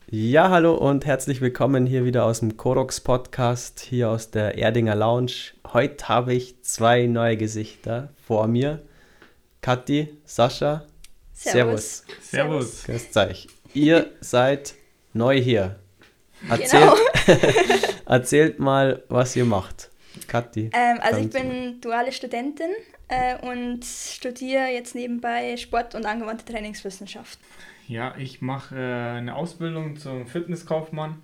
Ja, hallo und herzlich willkommen hier wieder aus dem Korox Podcast, hier aus der Erdinger Lounge. Heute habe ich zwei neue Gesichter vor mir. Kathi, Sascha, Servus. Servus. Grüßt euch. Ihr seid neu hier. Genau. Erzählt mal, was ihr macht. Kathi. Also ich bin duale Studentin und studiere jetzt nebenbei Sport- und angewandte Trainingswissenschaft. Ja, ich mache eine Ausbildung zum Fitnesskaufmann.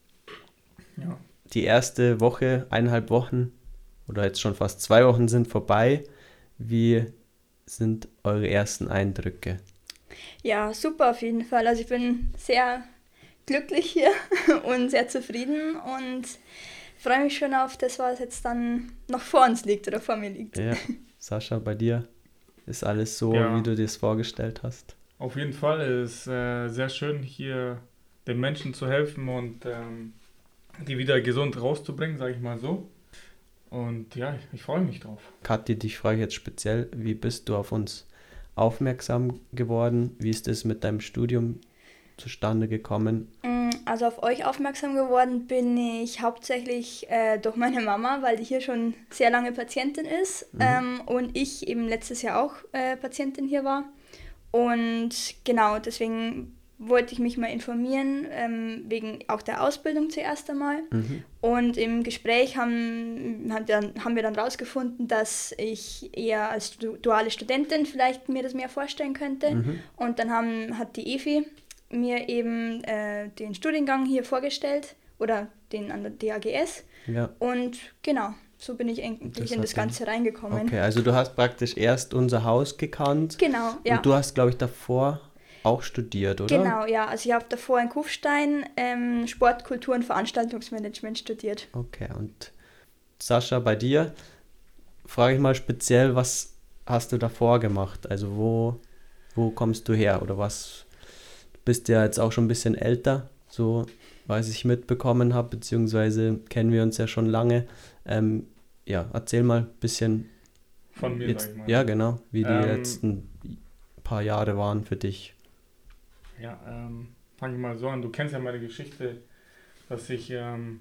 Ja. Die erste Woche, 1,5 Wochen oder jetzt schon fast 2 Wochen sind vorbei. Wie sind eure ersten Eindrücke? Ja, super auf jeden Fall. Also ich bin sehr glücklich hier und sehr zufrieden und freue mich schon auf das, was jetzt dann noch vor uns liegt oder vor mir liegt. Ja, Sascha, bei dir ist alles so, Ja. wie du dir es vorgestellt hast? Auf jeden Fall ist sehr schön, hier den Menschen zu helfen und die wieder gesund rauszubringen, sage ich mal so. Und ja, ich freue mich drauf. Kathi, dich frage ich jetzt speziell, wie bist du auf uns aufmerksam geworden? Wie ist es mit deinem Studium zustande gekommen? Also auf euch aufmerksam geworden bin ich hauptsächlich durch meine Mama, weil die hier schon sehr lange Patientin ist und ich eben letztes Jahr auch Patientin hier war. Und genau, deswegen wollte ich mich mal informieren, wegen auch der Ausbildung zuerst einmal. Und im Gespräch haben wir dann rausgefunden, dass ich eher als duale Studentin vielleicht mir das mehr vorstellen könnte. Und dann hat die Evi mir eben den Studiengang hier vorgestellt oder den an der DAGS. Ja. Und genau, so bin ich eigentlich in das Ganze reingekommen. Okay, also du hast praktisch erst unser Haus gekannt. Genau, ja. Und du hast, glaube ich, davor auch studiert, oder? Genau, ja. Also ich habe davor in Kufstein Sport, Kultur und Veranstaltungsmanagement studiert. Okay, und Sascha, bei dir frage ich mal speziell, was hast du davor gemacht? Also wo kommst du her oder was? Du bist ja jetzt auch schon ein bisschen älter, so was ich mitbekommen habe, beziehungsweise kennen wir uns ja schon lange. Ja, erzähl mal ein bisschen Von mir, jetzt, sag ich mal. ja genau, wie die letzten paar Jahre waren für dich. Ja, fange ich mal so an. Du kennst ja meine Geschichte, dass ich in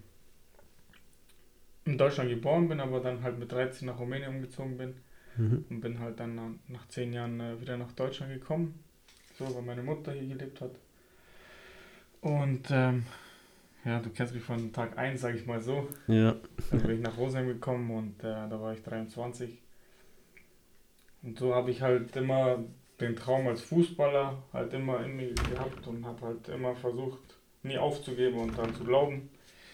Deutschland geboren bin, aber dann halt mit 13 nach Rumänien umgezogen bin und bin halt dann nach 10 Jahren wieder nach Deutschland gekommen, so, weil meine Mutter hier gelebt hat. Und ja, du kennst mich von Tag 1, sage ich mal so. Ja. Dann bin ich nach Rosenheim gekommen und da war ich 23. Und so habe ich halt immer den Traum als Fußballer halt immer in mir gehabt und habe halt immer versucht, nie aufzugeben und dann zu glauben.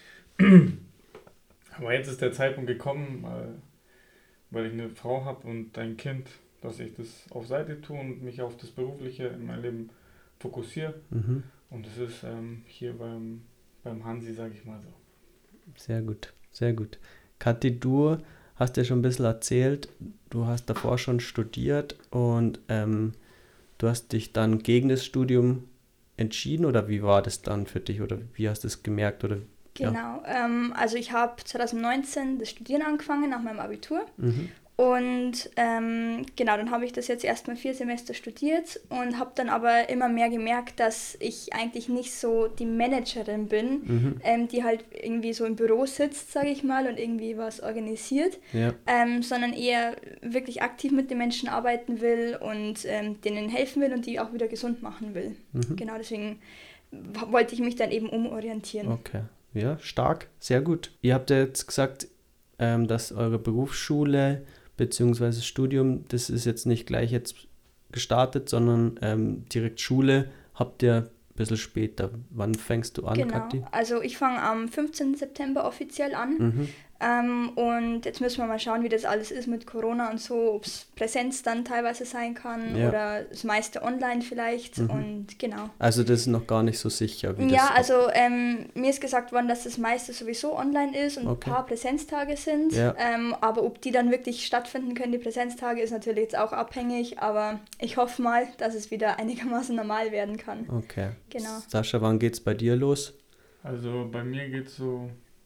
Aber jetzt ist der Zeitpunkt gekommen, weil ich eine Frau habe und ein Kind, dass ich das auf Seite tue und mich auf das Berufliche in meinem Leben fokussiere. Und das ist hier beim Hansi, sage ich mal so. Sehr gut, sehr gut. Kathi, du hast ja schon ein bisschen erzählt, du hast davor schon studiert und du hast dich dann gegen das Studium entschieden oder wie war das dann für dich oder wie hast du es gemerkt? Oder, Genau, also ich habe 2019 das Studieren angefangen nach meinem Abitur und genau, dann habe ich das jetzt erstmal 4 Semester studiert und habe dann aber immer mehr gemerkt, dass ich eigentlich nicht so die Managerin bin, die halt irgendwie so im Büro sitzt, sage ich mal, und irgendwie was organisiert, Ja. sondern eher wirklich aktiv mit den Menschen arbeiten will und denen helfen will und die auch wieder gesund machen will. Genau, deswegen wollte ich mich dann eben umorientieren. Okay, ja, stark, sehr gut. Ihr habt ja jetzt gesagt, dass eure Berufsschule bzw. Studium, das ist jetzt nicht gleich jetzt gestartet, sondern direkt Schule habt ihr ein bisschen später. Wann fängst du an, Genau, Kathi? also ich fange am 15. September offiziell an und jetzt müssen wir mal schauen, wie das alles ist mit Corona und so, ob es Präsenz dann teilweise sein kann oder das meiste online vielleicht und genau. Also das ist noch gar nicht so sicher, wie Ja, das... also mir ist gesagt worden, dass das meiste sowieso online ist und ein paar Präsenztage sind, Ja. Aber ob die dann wirklich stattfinden können, die Präsenztage, ist natürlich jetzt auch abhängig, aber ich hoffe mal, dass es wieder einigermaßen normal werden kann. Okay. Genau. Sascha, wann geht's bei dir los? Also bei mir geht es so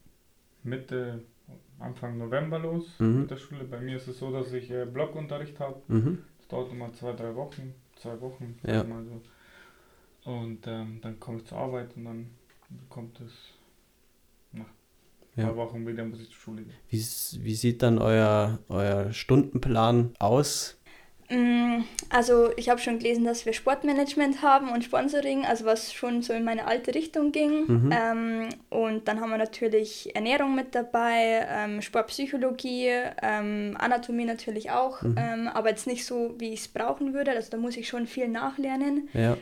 Anfang November los mit der Schule. Bei mir ist es so, dass ich Blockunterricht habe. Das dauert immer 2 Wochen, 2 Wochen, Ja. mal Und dann komme ich zur Arbeit und dann kommt es nach ein paar Wochen wieder, muss ich zur Schule gehen. Wie sieht dann euer Stundenplan aus? Also ich habe schon gelesen, dass wir Sportmanagement haben und Sponsoring, also was schon so in meine alte Richtung ging. Und dann haben wir natürlich Ernährung mit dabei, Sportpsychologie, Anatomie natürlich auch, aber jetzt nicht so, wie ich es brauchen würde. Also da muss ich schon viel nachlernen. Ja.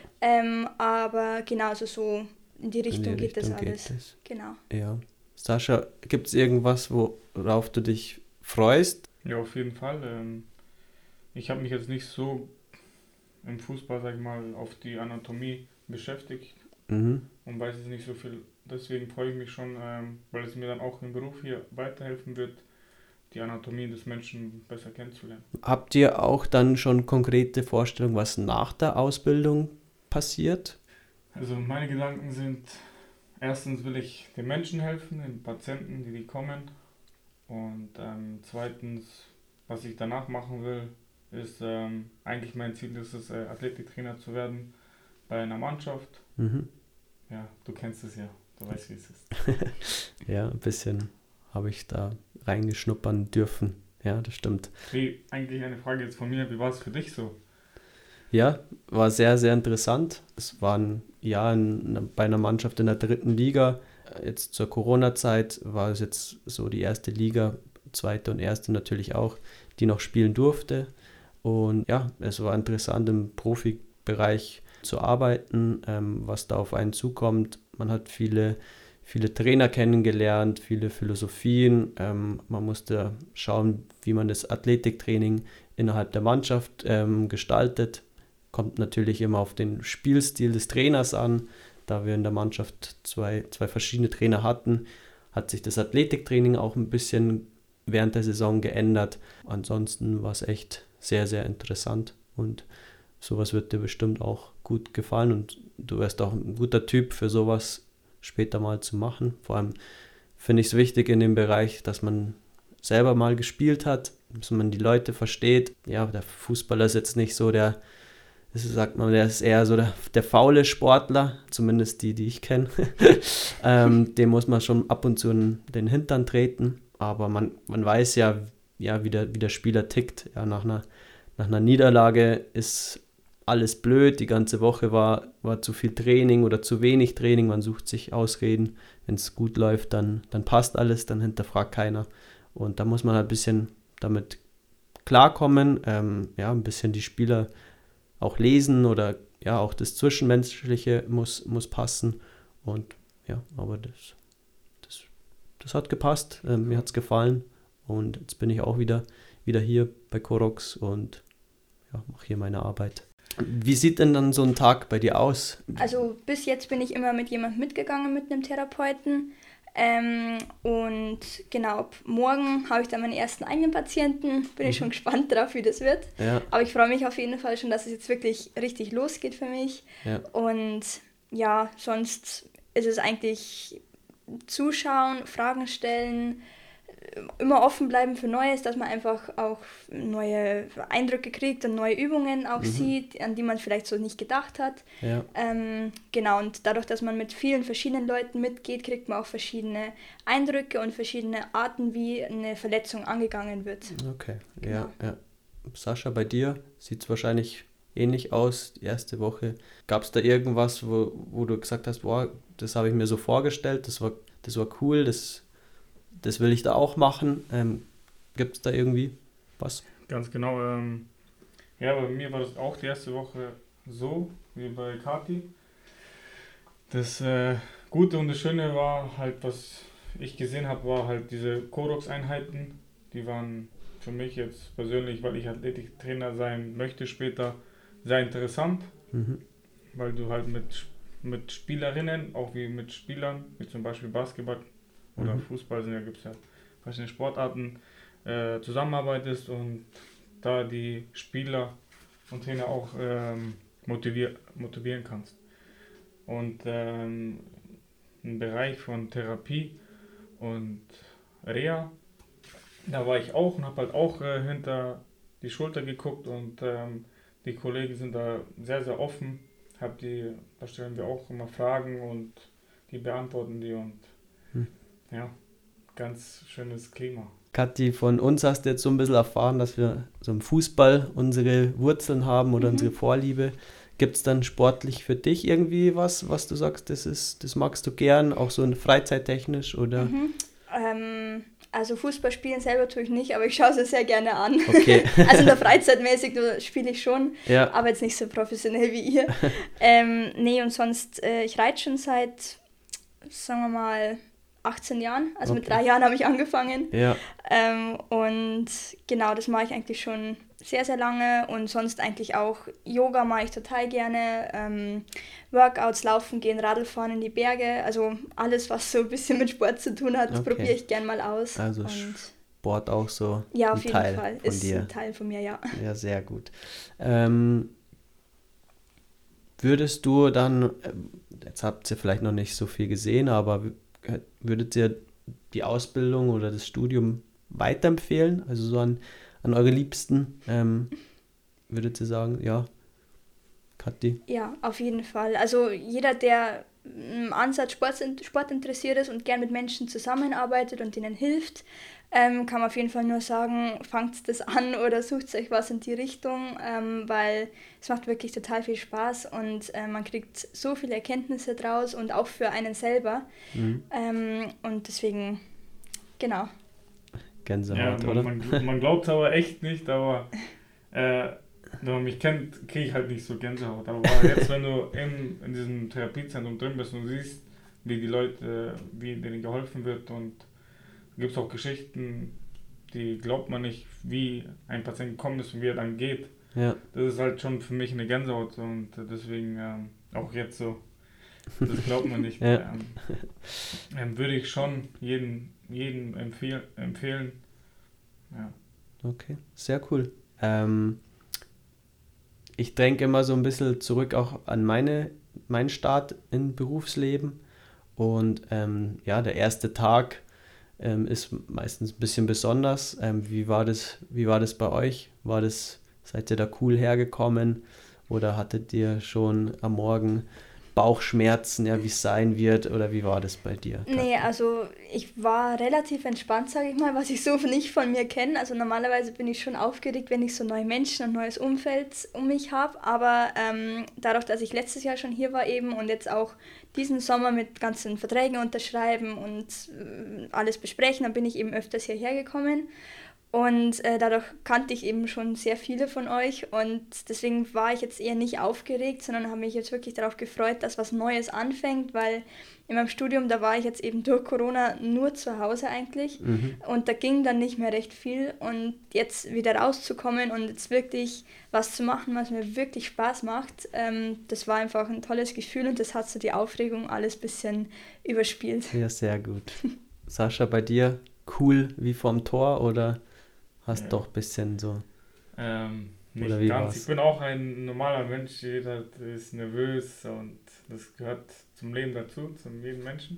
Aber genauso so in die Richtung geht das alles. Genau. Ja. Sascha, gibt es irgendwas, worauf du dich freust? Ja, auf jeden Fall. Ich habe mich jetzt nicht so im Fußball, sag ich mal, auf die Anatomie beschäftigt und weiß jetzt nicht so viel. Deswegen freue ich mich schon, weil es mir dann auch im Beruf hier weiterhelfen wird, die Anatomie des Menschen besser kennenzulernen. Habt ihr auch dann schon konkrete Vorstellungen, was nach der Ausbildung passiert? Also meine Gedanken sind, erstens will ich den Menschen helfen, den Patienten, die kommen. Und zweitens, was ich danach machen will, ist eigentlich mein Ziel, ist es, Athletiktrainer zu werden bei einer Mannschaft. Ja, du kennst es ja, du weißt, wie es ist. Ja, ein bisschen habe ich da reingeschnuppern dürfen. Ja, das stimmt. Eigentlich eine Frage jetzt von mir, wie war es für dich so? Ja, war sehr, sehr interessant. Es war ein Jahr bei einer Mannschaft in der 3. Liga. Jetzt zur Corona-Zeit war es jetzt so die 1. Liga, 2. und 1. natürlich auch, die noch spielen durfte. Und ja, es war interessant im Profibereich zu arbeiten, was da auf einen zukommt. Man hat viele Trainer kennengelernt, viele Philosophien. Man musste schauen, wie man das Athletiktraining innerhalb der Mannschaft gestaltet. Kommt natürlich immer auf den Spielstil des Trainers an. Da wir in der Mannschaft zwei verschiedene Trainer hatten, hat sich das Athletiktraining auch ein bisschen während der Saison geändert. Ansonsten war es echt sehr, sehr interessant und sowas wird dir bestimmt auch gut gefallen und du wärst auch ein guter Typ für sowas später mal zu machen. Vor allem finde ich es wichtig in dem Bereich, dass man selber mal gespielt hat, dass man die Leute versteht. Ja, der Fußballer ist jetzt nicht so der ist eher so der faule Sportler, zumindest die ich kenne. Dem muss man schon ab und zu in den Hintern treten, aber man weiß ja wie der Spieler tickt. Ja, nach einer Niederlage ist alles blöd, die ganze Woche war zu viel Training oder zu wenig Training, man sucht sich Ausreden. Wenn es gut läuft, dann passt alles, dann hinterfragt keiner. Und da muss man halt ein bisschen damit klarkommen, ein bisschen die Spieler auch lesen oder ja, auch das Zwischenmenschliche muss passen und ja, aber das hat gepasst, mir hat es gefallen und jetzt bin ich auch wieder hier bei Korox und ja, mache hier meine Arbeit. Wie sieht denn dann so ein Tag bei dir aus? Also bis jetzt bin ich immer mit jemandem mitgegangen, mit einem Therapeuten. Und genau, ab morgen habe ich dann meine ersten eigenen Patienten. Bin ich schon gespannt drauf, wie das wird. Ja. Aber ich freue mich auf jeden Fall schon, dass es jetzt wirklich richtig losgeht für mich. Ja. Und ja, sonst ist es eigentlich zuschauen, Fragen stellen, immer offen bleiben für Neues, dass man einfach auch neue Eindrücke kriegt und neue Übungen auch sieht, an die man vielleicht so nicht gedacht hat. Ja. Genau, und dadurch, dass man mit vielen verschiedenen Leuten mitgeht, kriegt man auch verschiedene Eindrücke und verschiedene Arten, wie eine Verletzung angegangen wird. Okay, Genau. ja. Sascha, bei dir sieht es wahrscheinlich ähnlich aus, die erste Woche. Gab es da irgendwas, wo du gesagt hast, boah, das habe ich mir so vorgestellt, das war cool, das will ich da auch machen. Gibt es da irgendwie was? Ganz genau. Ja, bei mir war das auch die erste Woche so, wie bei Kati. Das Gute und das Schöne war halt, was ich gesehen habe, war halt diese Korox-Einheiten. Die waren für mich jetzt persönlich, weil ich Athletiktrainer sein möchte später, sehr interessant. Weil du halt mit Spielerinnen, auch wie mit Spielern, wie zum Beispiel Basketball oder Fußball, gibt es ja verschiedene Sportarten, zusammenarbeitest und da die Spieler und Trainer auch motivieren kannst. Und im Bereich von Therapie und Reha, da war ich auch und habe halt auch hinter die Schulter geguckt und die Kollegen sind da sehr, sehr offen Da stellen wir auch immer Fragen und die beantworten die und ja, ganz schönes Klima. Kathi, von uns hast du jetzt so ein bisschen erfahren, dass wir so im Fußball unsere Wurzeln haben oder unsere Vorliebe. Gibt es dann sportlich für dich irgendwie was du sagst, das magst du gern, auch so freizeittechnisch oder? Also Fußball spielen selber tue ich nicht, aber ich schaue es sehr gerne an. Okay. Also in der Freizeitmäßig spiele ich schon, ja. aber jetzt nicht so professionell wie ihr. Nee, und sonst, ich reite schon seit, sagen wir mal, 18 Jahren. Also mit 3 Jahren habe ich angefangen. Ja. Und genau, das mache ich eigentlich schon sehr, sehr lange. Und sonst eigentlich auch Yoga mache ich total gerne. Workouts, Laufen gehen, Radlfahren in die Berge. Also alles, was so ein bisschen mit Sport zu tun hat, probiere ich gern mal aus. Also und Sport auch so ja, ein auf jeden Teil Fall. von Ist dir. ein Teil von mir, ja. Ja, sehr gut. Würdest du dann, jetzt habt ihr vielleicht noch nicht so viel gesehen, aber würdet ihr die Ausbildung oder das Studium weiterempfehlen? Also so an eure Liebsten, würdet ihr sagen, ja, Kathi? Ja, auf jeden Fall. Also jeder, der im Ansatz Sport interessiert ist und gern mit Menschen zusammenarbeitet und ihnen hilft, kann man auf jeden Fall nur sagen, fangt das an oder sucht euch was in die Richtung, weil es macht wirklich total viel Spaß und man kriegt so viele Erkenntnisse draus und auch für einen selber. Und deswegen, genau. Gänsehaut, ja, oder? Man glaubt es aber echt nicht, aber wenn man mich kennt, kriege ich halt nicht so Gänsehaut. Aber jetzt, wenn du in diesem Therapiezentrum drin bist und siehst, wie die Leute, wie denen geholfen wird und gibt es auch Geschichten, die glaubt man nicht, wie ein Patient gekommen ist und wie er dann geht. Ja. Das ist halt schon für mich eine Gänsehaut und deswegen auch jetzt so, das glaubt man nicht. Würde ich schon jedem empfehlen. Ja. Okay, sehr cool. Ich denke immer so ein bisschen zurück auch an meinen Start im Berufsleben und ja, der erste Tag ist meistens ein bisschen besonders. Wie war das bei euch? Seid ihr da cool hergekommen oder hattet ihr schon am Morgen Bauchschmerzen, ja, wie es sein wird, oder wie war das bei dir? Nee, also ich war relativ entspannt, sage ich mal, was ich so nicht von mir kenne. Also normalerweise bin ich schon aufgeregt, wenn ich so neue Menschen und neues Umfeld um mich habe, aber dadurch, dass ich letztes Jahr schon hier war eben und jetzt auch diesen Sommer mit ganzen Verträgen unterschreiben und alles besprechen, dann bin ich eben öfters hierher gekommen. Und dadurch kannte ich eben schon sehr viele von euch und deswegen war ich jetzt eher nicht aufgeregt, sondern habe mich jetzt wirklich darauf gefreut, dass was Neues anfängt, weil in meinem Studium, da war ich jetzt eben durch Corona nur zu Hause eigentlich und da ging dann nicht mehr recht viel und jetzt wieder rauszukommen und jetzt wirklich was zu machen, was mir wirklich Spaß macht, das war einfach ein tolles Gefühl und das hat so die Aufregung alles ein bisschen überspielt. Ja, sehr gut. Sascha, bei dir cool wie vorm Tor oder... Hast doch ein bisschen so. Nicht ganz. War's? Ich bin auch ein normaler Mensch. Jeder ist nervös und das gehört zum Leben dazu, zum jeden Menschen.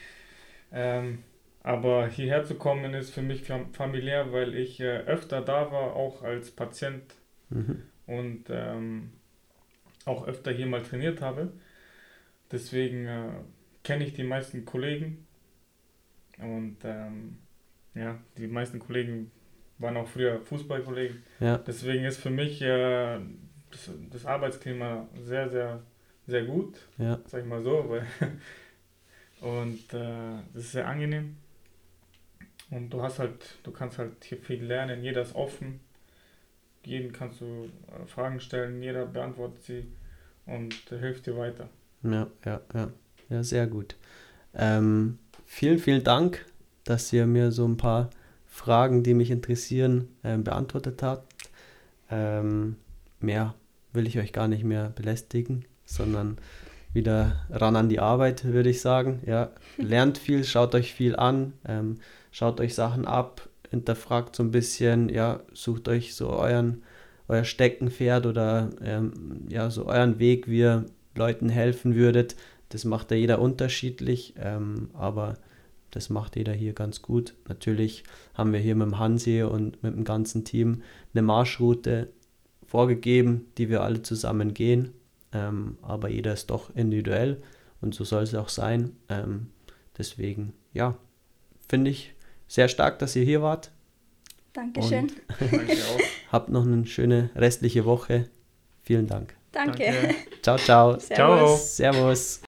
Aber hierher zu kommen ist für mich familiär, weil ich öfter da war, auch als Patient und auch öfter hier mal trainiert habe. Deswegen kenne ich die meisten Kollegen und ja, die meisten Kollegen waren auch früher Fußballkollegen. Ja. Deswegen ist für mich das Arbeitsklima sehr, sehr, sehr gut, sag ich mal so. Und das ist sehr angenehm. Und du kannst halt hier viel lernen, jeder ist offen, jeden kannst du Fragen stellen, jeder beantwortet sie und hilft dir weiter. Ja, sehr gut. Vielen, vielen Dank, dass ihr mir so ein paar Fragen, die mich interessieren, beantwortet habt. Mehr will ich euch gar nicht mehr belästigen, sondern wieder ran an die Arbeit, würde ich sagen. Ja, lernt viel, schaut euch viel an, schaut euch Sachen ab, hinterfragt so ein bisschen, ja, sucht euch so euer Steckenpferd oder so euren Weg, wie ihr Leuten helfen würdet. Das macht ja jeder unterschiedlich, aber das macht jeder hier ganz gut. Natürlich haben wir hier mit dem Hansi und mit dem ganzen Team eine Marschroute vorgegeben, die wir alle zusammen gehen. aber jeder ist doch individuell und so soll es auch sein. Deswegen, ja, finde ich sehr stark, dass ihr hier wart. Dankeschön. Danke auch. Habt noch eine schöne restliche Woche. Vielen Dank. Danke. Danke. Ciao, ciao. Servus. Servus.